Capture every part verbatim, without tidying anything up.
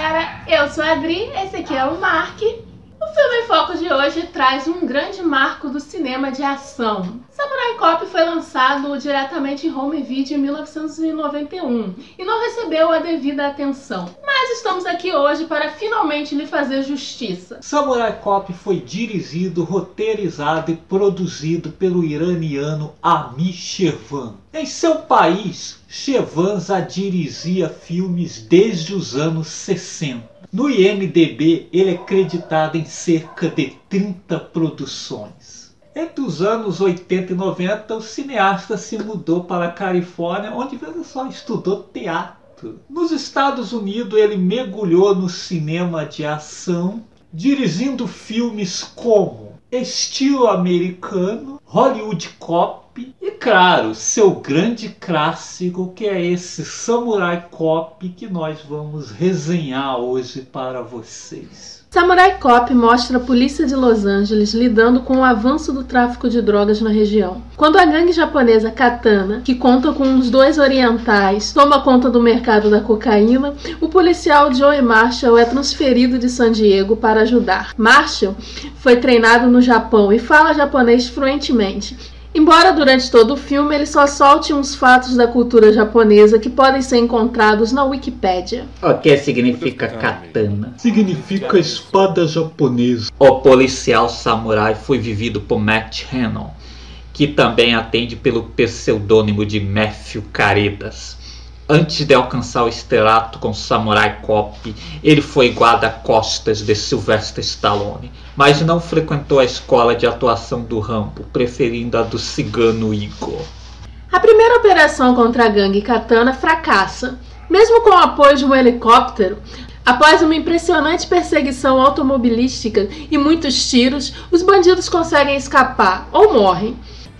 galera, eu sou a Adri, esse aqui é o Mark. O Filme em Foco de hoje traz um grande marco do cinema de ação. Samurai Cop foi lançado diretamente em home video em mil novecentos e noventa e um e não recebeu a devida atenção. Mas estamos aqui hoje para finalmente lhe fazer justiça. Samurai Cop foi dirigido, roteirizado e produzido pelo iraniano Ami Shervan. Em seu país, Shervan já dirigia filmes desde os anos sessenta. No I M D B, ele é creditado em cerca de trinta produções. Entre os anos oitenta e noventa, o cineasta se mudou para a Califórnia, onde veja só, estudou teatro. Nos Estados Unidos, ele mergulhou no cinema de ação, dirigindo filmes como Estilo Americano, Hollywood Cop e, claro, seu grande clássico, que é esse Samurai Cop que nós vamos resenhar hoje para vocês. Samurai Cop mostra a polícia de Los Angeles lidando com o avanço do tráfico de drogas na região. Quando a gangue japonesa Katana, que conta com os dois orientais, toma conta do mercado da cocaína, o policial Joey Marshall é transferido de San Diego para ajudar. Marshall foi treinado no Japão e fala japonês fluentemente. Embora durante todo o filme ele só solte uns fatos da cultura japonesa que podem ser encontrados na Wikipédia. O que significa katana? Significa espada japonesa. O policial samurai foi vivido por Matt Hannon, que também atende pelo pseudônimo de Matthew Caridas. Antes de alcançar o estrelato com Samurai Cop, ele foi guarda-costas de Sylvester Stallone, mas não frequentou a escola de atuação do Rambo, preferindo a do cigano Igor. A primeira operação contra a gangue Katana fracassa. Mesmo com o apoio de um helicóptero, após uma impressionante perseguição automobilística e muitos tiros, os bandidos conseguem escapar ou morrem.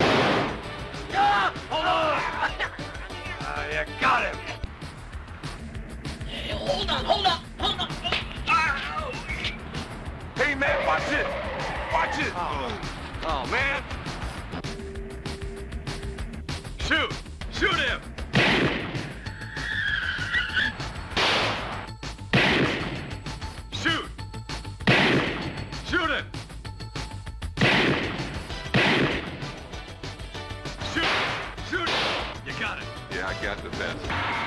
Hold on, hold on, hold on. Hey man, watch it. Watch it. Oh, oh man. Shoot. Shoot him. Shoot. Shoot him. Shoot. Shoot him. You got it. Yeah, I got the best.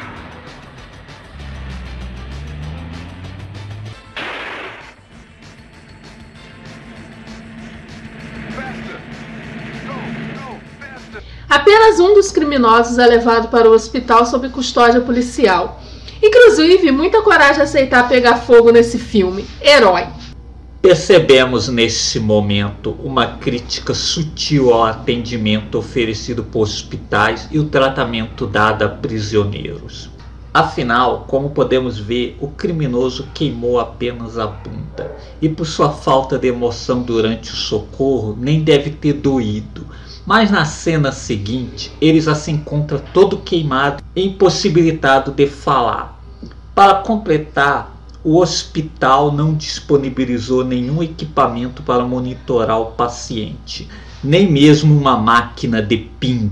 Apenas um dos criminosos é levado para o hospital sob custódia policial. Inclusive, muita coragem de aceitar pegar fogo nesse filme. Herói. Percebemos nesse momento uma crítica sutil ao atendimento oferecido por hospitais e o tratamento dado a prisioneiros. Afinal, como podemos ver, o criminoso queimou apenas a bunda e por sua falta de emoção durante o socorro nem deve ter doído. Mas na cena seguinte, ele já se encontra todo queimado e impossibilitado de falar. Para completar, o hospital não disponibilizou nenhum equipamento para monitorar o paciente, nem mesmo uma máquina de ping.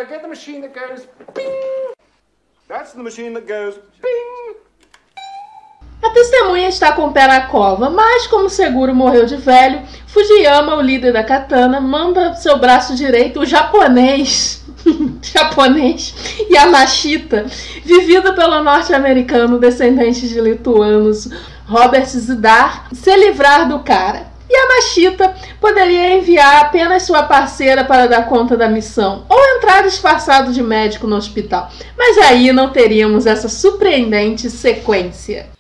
A testemunha está com o pé na cova, mas como o seguro morreu de velho, Fujiyama, o líder da Katana, manda seu braço direito, o japonês, japonês Yamashita, vivido pelo norte-americano descendente de lituanos Robert Zidar, se livrar do cara. Yamashita poderia enviar apenas sua parceira para dar conta da missão, ou entrar disfarçado de médico no hospital, mas aí não teríamos essa surpreendente sequência.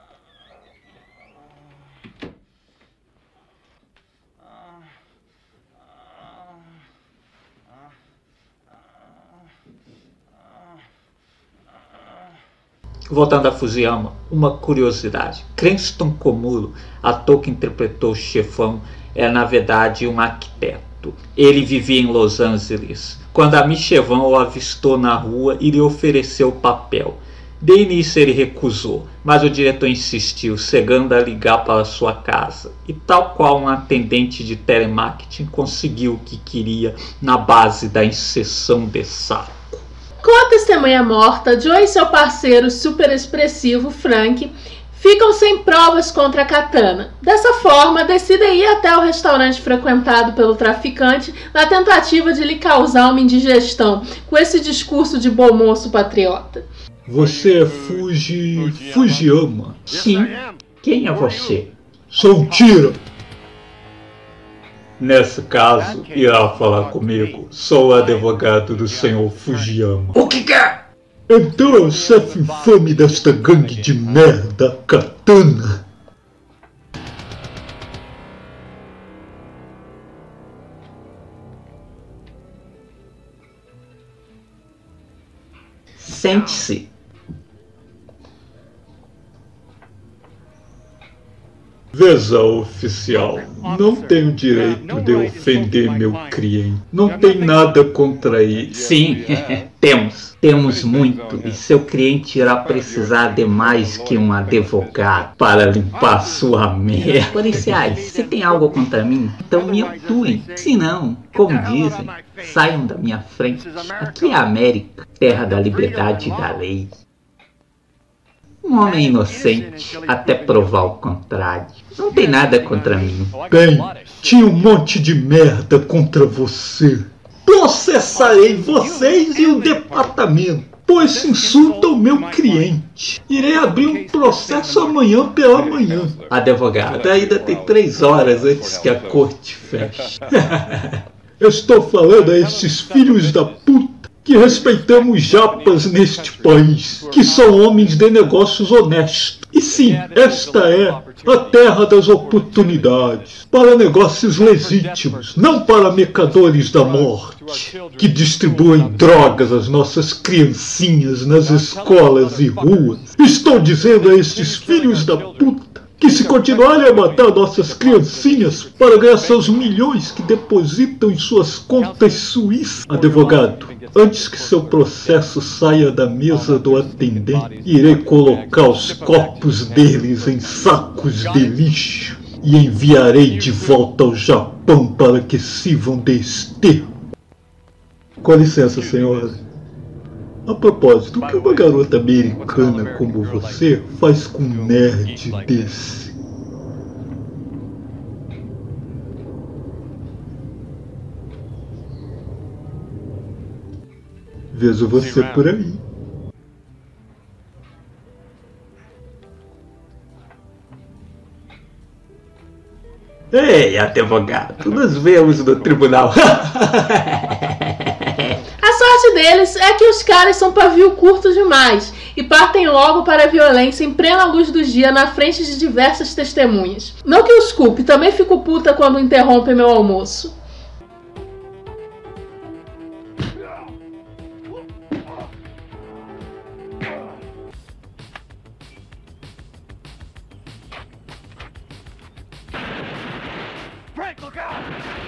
Voltando a Fujiyama, uma curiosidade. Cranston Komuro, ator que interpretou o chefão, é na verdade um arquiteto. Ele vivia em Los Angeles quando Ami Shervan o avistou na rua e lhe ofereceu o papel. De início ele recusou, mas o diretor insistiu, chegando a ligar para sua casa. E tal qual um atendente de telemarketing, conseguiu o que queria na base da injeção de saco. Com a testemunha morta, Joe e seu parceiro super expressivo, Frank, ficam sem provas contra a Katana. Dessa forma, decidem ir até o restaurante frequentado pelo traficante na tentativa de lhe causar uma indigestão com esse discurso de bom moço patriota. Você é Fuji... Fujiyama? Sim. Quem é você? Sou um tira. Nesse caso, irá falar comigo. Sou o advogado do senhor Fujiyama. O que quer? Então é o chefe infame desta gangue de merda, Katana. Sente-se. Veja, oficial, não tenho direito de ofender meu cliente. Não tem nada contra ele. Sim, temos. Temos muito. E seu cliente irá precisar de mais que um advogado para limpar sua merda. Policiais, se tem algo contra mim, então me atuem. Se não, como dizem, saiam da minha frente. Aqui é a América, terra da liberdade e da lei. Um homem inocente, até provar o contrário. Não tem nada contra mim. Bem, tinha um monte de merda contra você. Processarei vocês e o departamento, pois insultam o meu cliente. Irei abrir um processo amanhã pela manhã. Advogado, ainda tem três horas antes que a corte feche. Eu estou falando a esses filhos da puta que respeitamos japas neste país, que são homens de negócios honestos. E sim, esta é a terra das oportunidades, para negócios legítimos, não para mercadores da morte, que distribuem drogas às nossas criancinhas nas escolas e ruas. Estou dizendo a estes filhos da puta que se continuarem a matar nossas criancinhas para ganhar seus milhões que depositam em suas contas suíças. Advogado, antes que seu processo saia da mesa do atendente, irei colocar os corpos deles em sacos de lixo e enviarei de volta ao Japão para que sirvam de esterco. Com licença, senhora. A propósito, o que uma garota americana como você faz com um nerd desse? Vejo você por aí. Ei, advogado, nos vemos no tribunal. A sorte deles é que os caras são pavio curto demais e partem logo para a violência em plena luz do dia na frente de diversas testemunhas. Não que os culpe, também fico puta quando interrompem meu almoço. Frank, look out!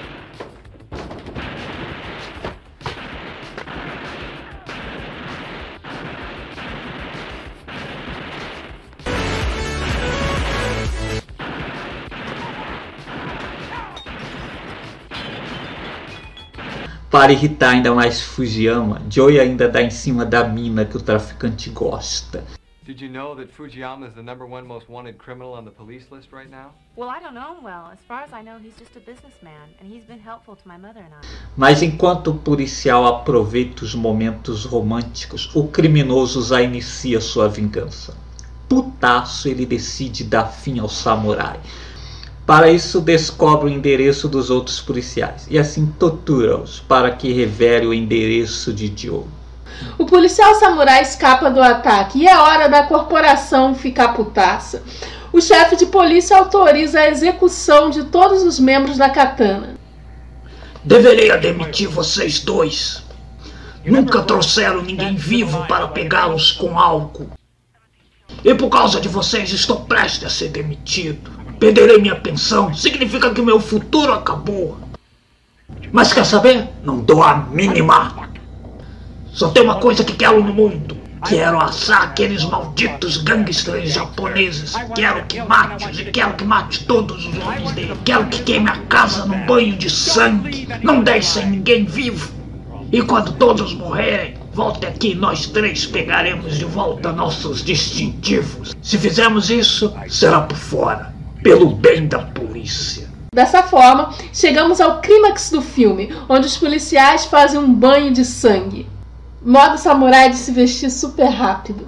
Para irritar ainda mais Fujiyama, Joey ainda dá em cima da mina que o traficante gosta. Did you know that Fujiyama is the number one most wanted criminal on the police list right now? Well, I don't know him well. As far as I know, he's just a businessman, and he's been helpful to my mother and I. Mas enquanto o policial aproveita os momentos românticos, o criminoso já inicia sua vingança. Putaço, ele decide dar fim ao samurai. Para isso, descobre o endereço dos outros policiais e assim tortura-os para que revele o endereço de Joe. O policial samurai escapa do ataque e é hora da corporação ficar putaça. O chefe de polícia autoriza a execução de todos os membros da Katana. Deveria demitir vocês dois. Nunca trouxeram ninguém vivo para pegá-los com álcool. E por causa de vocês estou prestes a ser demitido. Perderei minha pensão, significa que meu futuro acabou. Mas quer saber? Não dou a mínima. Só tem uma coisa que quero no mundo. Quero assar aqueles malditos gangsters japoneses. Quero que mate-os e quero que mate todos os homens dele. Quero que queime a casa num banho de sangue. Não deixem ninguém vivo. E quando todos morrerem, Volte aqui, nós três pegaremos de volta nossos distintivos. Se fizermos isso, será por fora, pelo bem da polícia. Dessa forma, chegamos ao clímax do filme, onde os policiais fazem um banho de sangue. Modo samurai de se vestir super rápido.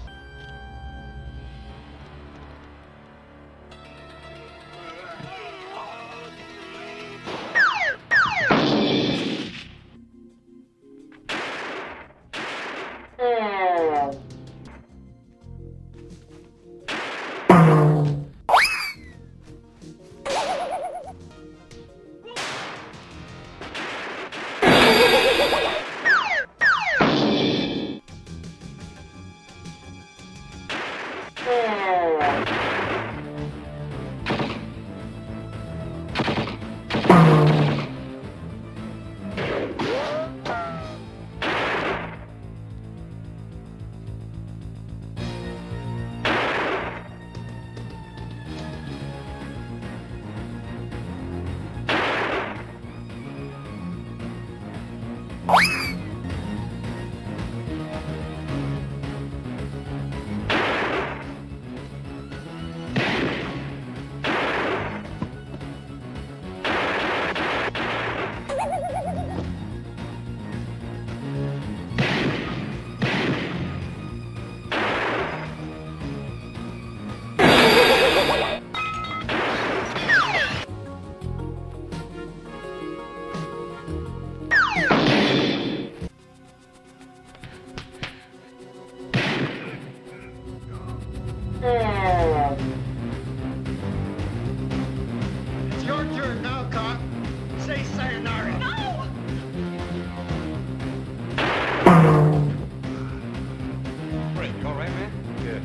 It's your turn now, cop. Say sayonara. No! Frank, you all right, man? Yeah.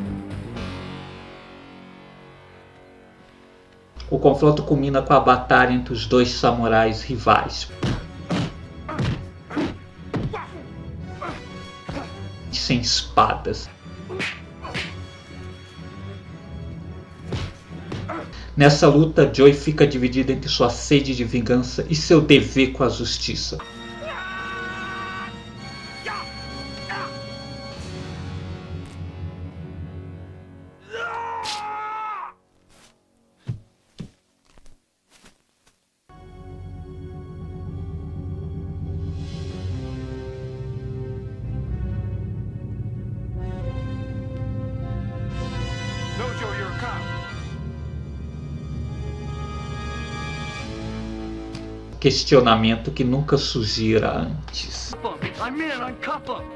O confronto culmina com a batalha entre os dois samurais rivais. Sem espadas. Nessa luta, Joey fica dividido entre sua sede de vingança e seu dever com a justiça. No, Joe, you're a cop. Questionamento que nunca surgira antes. I'm in, uncuff him.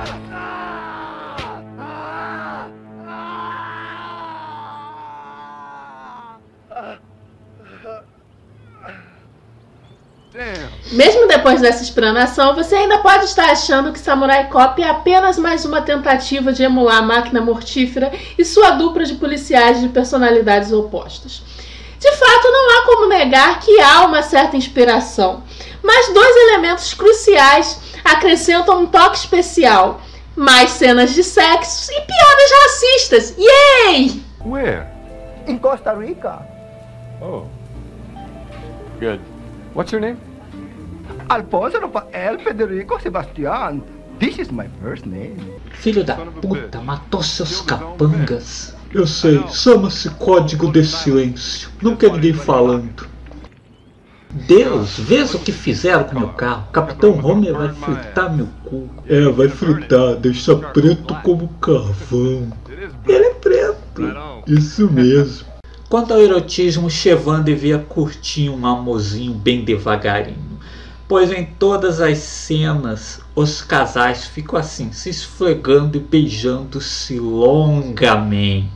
Damn. Mesmo depois dessa explanação, você ainda pode estar achando que Samurai Cop é apenas mais uma tentativa de emular a máquina mortífera e sua dupla de policiais de personalidades opostas. De fato, não há como negar que há uma certa inspiração, mas dois elementos cruciais acrescentam um toque especial: mais cenas de sexo e piadas racistas. Yay! Where? In Costa Rica. Oh. Good. What's your name? Alfonso Rafael Federico Sebastián. This is my first name. Filho da puta, matou seus capangas. Eu sei, chama-se Código de Silêncio. Não quer ninguém falando. Deus, vês o que fizeram com meu carro? Capitão Homer vai fritar meu cu. É, vai fritar, deixa preto como carvão. Ele é preto. Right on. Isso mesmo. Quanto ao erotismo, Chevan devia curtir um amorzinho bem devagarinho, pois em todas as cenas os casais ficam assim, se esfregando e beijando-se longamente.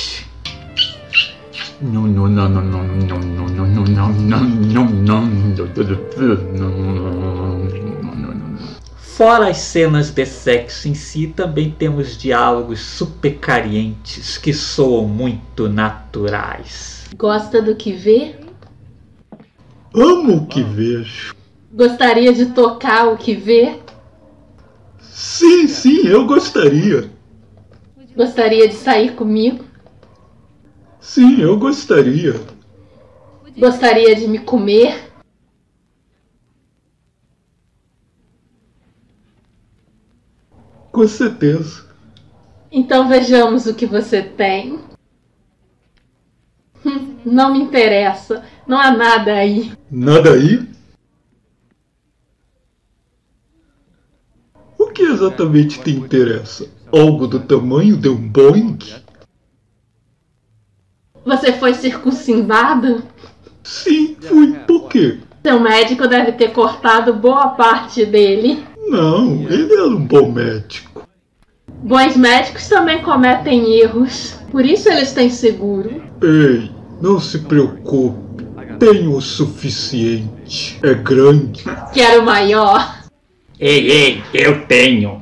Não, não, não, não, não, não, não, não, não, não, não, não, não. Fora as cenas de sexo em si, também temos diálogos super calientes que soam muito naturais. Gosta do que vê? Amo o que vejo. Gostaria de tocar o que vê? Sim, sim, eu gostaria. Gostaria de sair comigo? Sim, eu gostaria. Gostaria de me comer? Com certeza. Então vejamos o que você tem. Hum, não me interessa. Não há nada aí. Nada aí? O que exatamente te interessa? Algo do tamanho de um Boeing? Você foi circuncidado? Sim, fui. Por quê? Seu médico deve ter cortado boa parte dele. Não, ele era um bom médico. Bons médicos também cometem erros. Por isso eles têm seguro. Ei, não se preocupe. Tenho o suficiente. É grande. Quero maior. Ei, ei, eu tenho.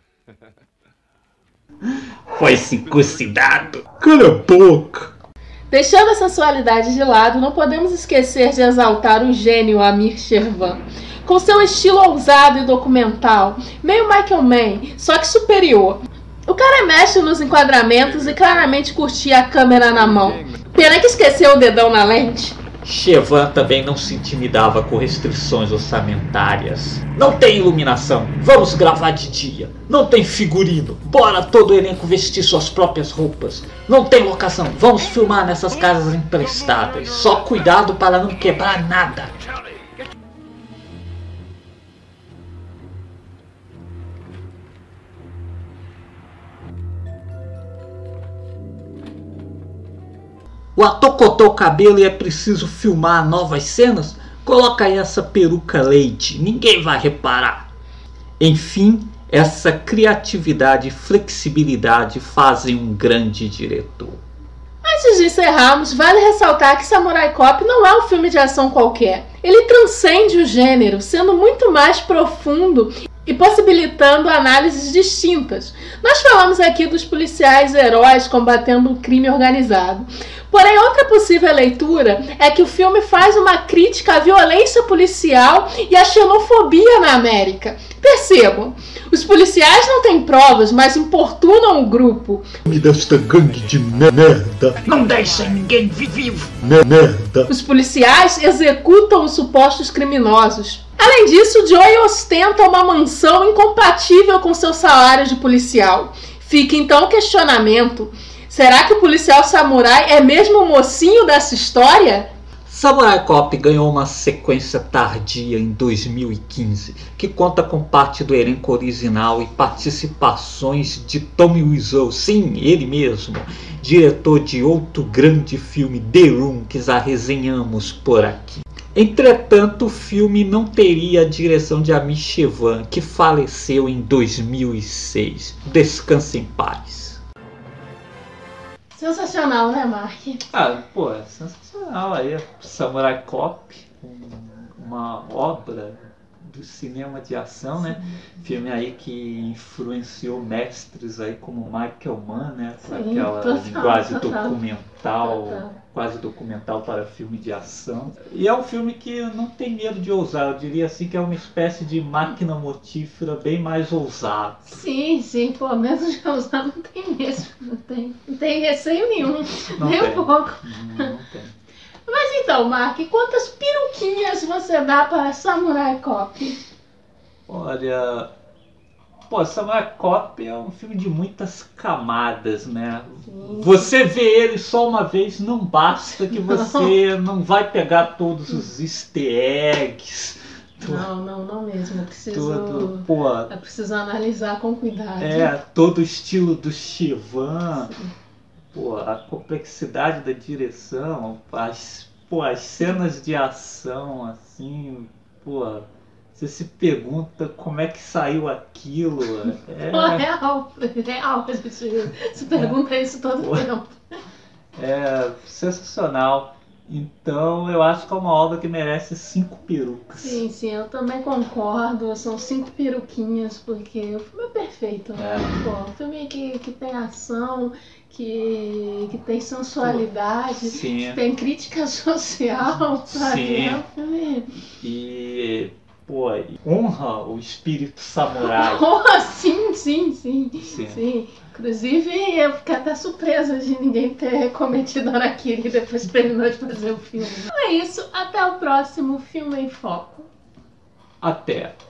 Foi circuncidado. Cala a boca. Deixando a sensualidade de lado, não podemos esquecer de exaltar o gênio Amir Shervan. Com seu estilo ousado e documental, meio Michael Mann, só que superior. O cara mexe nos enquadramentos e claramente curtia a câmera na mão. Pena que esqueceu o dedão na lente. Shervan também não se intimidava com restrições orçamentárias. Não tem iluminação, vamos gravar de dia. Não tem figurino, bora todo o elenco vestir suas próprias roupas. Não tem locação, vamos filmar nessas casas emprestadas. Só cuidado para não quebrar nada. O ator cortou o cabelo e é preciso filmar novas cenas? Coloca aí essa peruca leite, ninguém vai reparar. Enfim, essa criatividade e flexibilidade fazem um grande diretor. Antes de encerrarmos, vale ressaltar que Samurai Cop não é um filme de ação qualquer. Ele transcende o gênero, sendo muito mais profundo e possibilitando análises distintas. Nós falamos aqui dos policiais heróis combatendo o crime organizado. Porém, outra possível leitura é que o filme faz uma crítica à violência policial e à xenofobia na América. Percebam, os policiais não têm provas, mas importunam o grupo. Me desta gangue de merda. Não deixem ninguém vivo. Merda. Os policiais executam os supostos criminosos. Além disso, Joey ostenta uma mansão incompatível com seu salário de policial. Fica então o questionamento: será que o policial samurai é mesmo o mocinho dessa história? Samurai Cop ganhou uma sequência tardia em dois mil e quinze, que conta com parte do elenco original e participações de Tommy Wiseau, sim, ele mesmo, diretor de outro grande filme, The Room, que já resenhamos por aqui. Entretanto, o filme não teria a direção de Amir Shervan, que faleceu em dois mil e seis. Descanse em paz. Sensacional, né, Mark? Ah, pô, é sensacional aí. Samurai Cop, um, uma obra do cinema de ação, né? Filme aí que influenciou mestres aí como Michael Mann, né? Com aquela total, linguagem total, documental, total. quase documental para filme de ação. E é um filme que não tem medo de ousar, eu diria assim que é uma espécie de máquina mortífera bem mais ousado. Sim, sim, pô, mesmo de ousar não tem mesmo, não tem, não tem receio nenhum, Não nem tem. um pouco. Não, não tem. Mas então, Mark, quantas peruquinhas você dá para Samurai Cop? Olha, pô, Samurai Cop é um filme de muitas camadas, né? Sim. Você vê ele só uma vez, não basta que você não vai pegar todos os easter eggs. Não, não, não mesmo. Eu preciso, Tudo, pô, eu preciso analisar com cuidado. é, todo o estilo do Shervan, pô, a complexidade da direção, as, pô, as cenas de ação, assim, pô, você se pergunta como é que saiu aquilo. É, Pô, real, real, a gente se pergunta isso todo Pô. tempo. é sensacional. Então eu acho que é uma obra que merece cinco perucas. Sim, sim, eu também concordo. São cinco peruquinhas, porque o filme é perfeito, né? É. Pô, um filme que, que tem ação, que, que tem sensualidade, Sim. que tem crítica social, sabe? Sim. É um filme. E, pô, honra o espírito samurai. Oh, sim, sim, sim, Sim. sim. Inclusive, eu fiquei até surpresa de ninguém ter cometido harakiri depois que terminou de fazer o filme. Então é isso, até o próximo Filme em Foco. Até.